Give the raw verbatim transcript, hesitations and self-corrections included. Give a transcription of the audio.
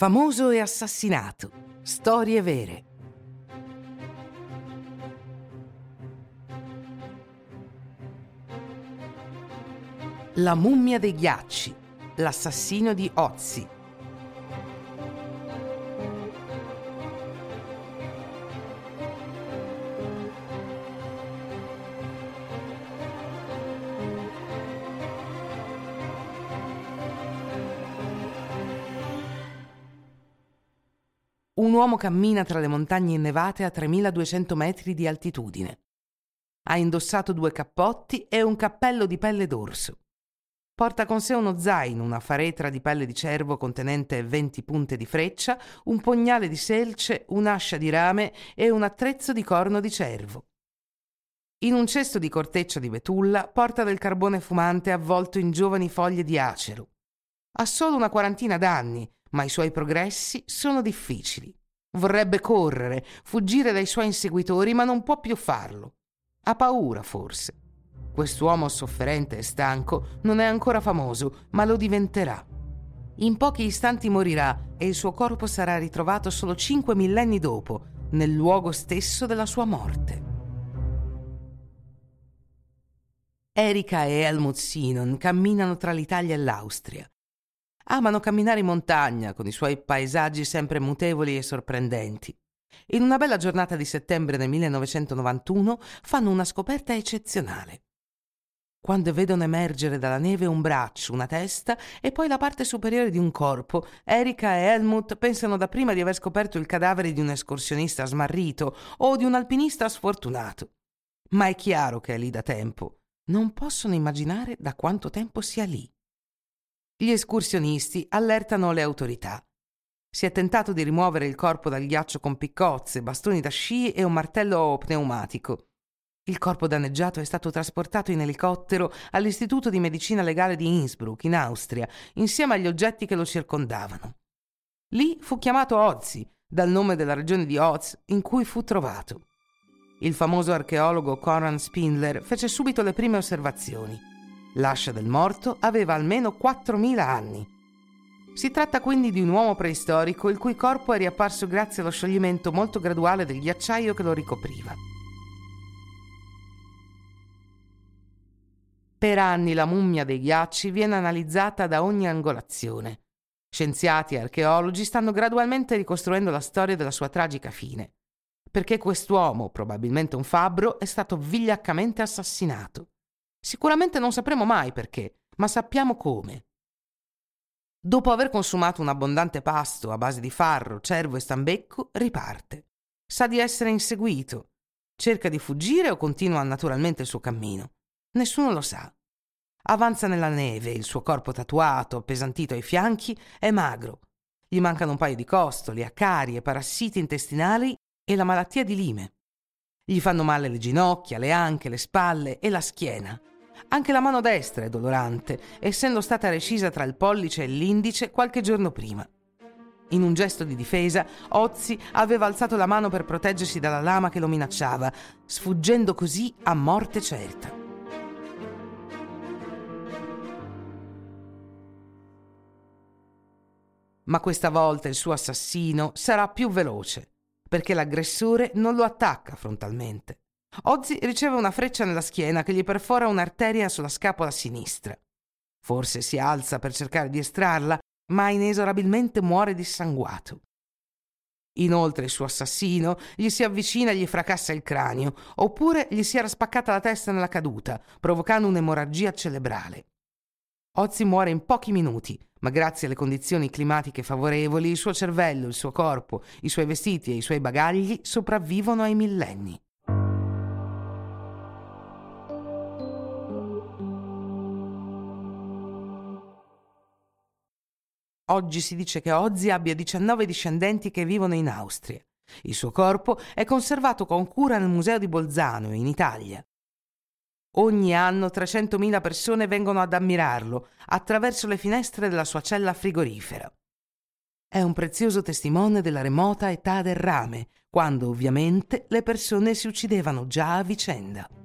Famoso e assassinato. Storie vere. La mummia dei ghiacci. L'assassino di Ötzi. Un uomo cammina tra le montagne innevate a tremiladuecento metri di altitudine. Ha indossato due cappotti e un cappello di pelle d'orso. Porta con sé uno zaino, una faretra di pelle di cervo contenente venti punte di freccia, un pugnale di selce, un'ascia di rame e un attrezzo di corno di cervo. In un cesto di corteccia di betulla porta del carbone fumante avvolto in giovani foglie di acero. Ha solo una quarantina d'anni, ma i suoi progressi sono difficili. Vorrebbe correre, fuggire dai suoi inseguitori, ma non può più farlo. Ha paura, forse. Quest'uomo sofferente e stanco non è ancora famoso, ma lo diventerà. In pochi istanti morirà e il suo corpo sarà ritrovato solo cinque millenni dopo, nel luogo stesso della sua morte. Erika e Helmut Sinon camminano tra l'Italia e l'Austria. Amano camminare in montagna, con i suoi paesaggi sempre mutevoli e sorprendenti. In una bella giornata di settembre del millenovecentonovantuno fanno una scoperta eccezionale. Quando vedono emergere dalla neve un braccio, una testa e poi la parte superiore di un corpo, Erika e Helmut pensano dapprima di aver scoperto il cadavere di un escursionista smarrito o di un alpinista sfortunato. Ma è chiaro che è lì da tempo. Non possono immaginare da quanto tempo sia lì. Gli escursionisti allertano le autorità. Si è tentato di rimuovere il corpo dal ghiaccio con piccozze, bastoni da sci e un martello pneumatico. Il corpo danneggiato è stato trasportato in elicottero all'Istituto di Medicina Legale di Innsbruck, in Austria, insieme agli oggetti che lo circondavano. Lì fu chiamato Ötzi, dal nome della regione di Oz in cui fu trovato. Il famoso archeologo Konrad Spindler fece subito le prime osservazioni. L'ascia del morto aveva almeno quattromila anni. Si tratta quindi di un uomo preistorico il cui corpo è riapparso grazie allo scioglimento molto graduale del ghiacciaio che lo ricopriva. Per anni la mummia dei ghiacci viene analizzata da ogni angolazione. Scienziati e archeologi stanno gradualmente ricostruendo la storia della sua tragica fine, perché quest'uomo, probabilmente un fabbro, è stato vigliaccamente assassinato. Sicuramente non sapremo mai perché, ma sappiamo come. Dopo aver consumato un abbondante pasto a base di farro, cervo e stambecco, riparte. Sa di essere inseguito. Cerca di fuggire o continua naturalmente il suo cammino. Nessuno lo sa. Avanza nella neve, il suo corpo tatuato, appesantito ai fianchi, è magro. Gli mancano un paio di costoli, accarie, parassiti intestinali e la malattia di Lyme. Gli fanno male le ginocchia, le anche, le spalle e la schiena. Anche la mano destra è dolorante, essendo stata recisa tra il pollice e l'indice qualche giorno prima. In un gesto di difesa, Ötzi aveva alzato la mano per proteggersi dalla lama che lo minacciava, sfuggendo così a morte certa. Ma questa volta il suo assassino sarà più veloce, perché l'aggressore non lo attacca frontalmente. Ötzi riceve una freccia nella schiena che gli perfora un'arteria sulla scapola sinistra. Forse si alza per cercare di estrarla, ma inesorabilmente muore dissanguato. Inoltre il suo assassino gli si avvicina e gli fracassa il cranio, oppure gli si era spaccata la testa nella caduta, provocando un'emorragia cerebrale. Ötzi muore in pochi minuti, ma grazie alle condizioni climatiche favorevoli il suo cervello, il suo corpo, i suoi vestiti e i suoi bagagli sopravvivono ai millenni. Oggi si dice che Ötzi abbia diciannove discendenti che vivono in Austria. Il suo corpo è conservato con cura nel museo di Bolzano, in Italia. Ogni anno trecentomila persone vengono ad ammirarlo attraverso le finestre della sua cella frigorifera. È un prezioso testimone della remota età del rame, quando ovviamente le persone si uccidevano già a vicenda.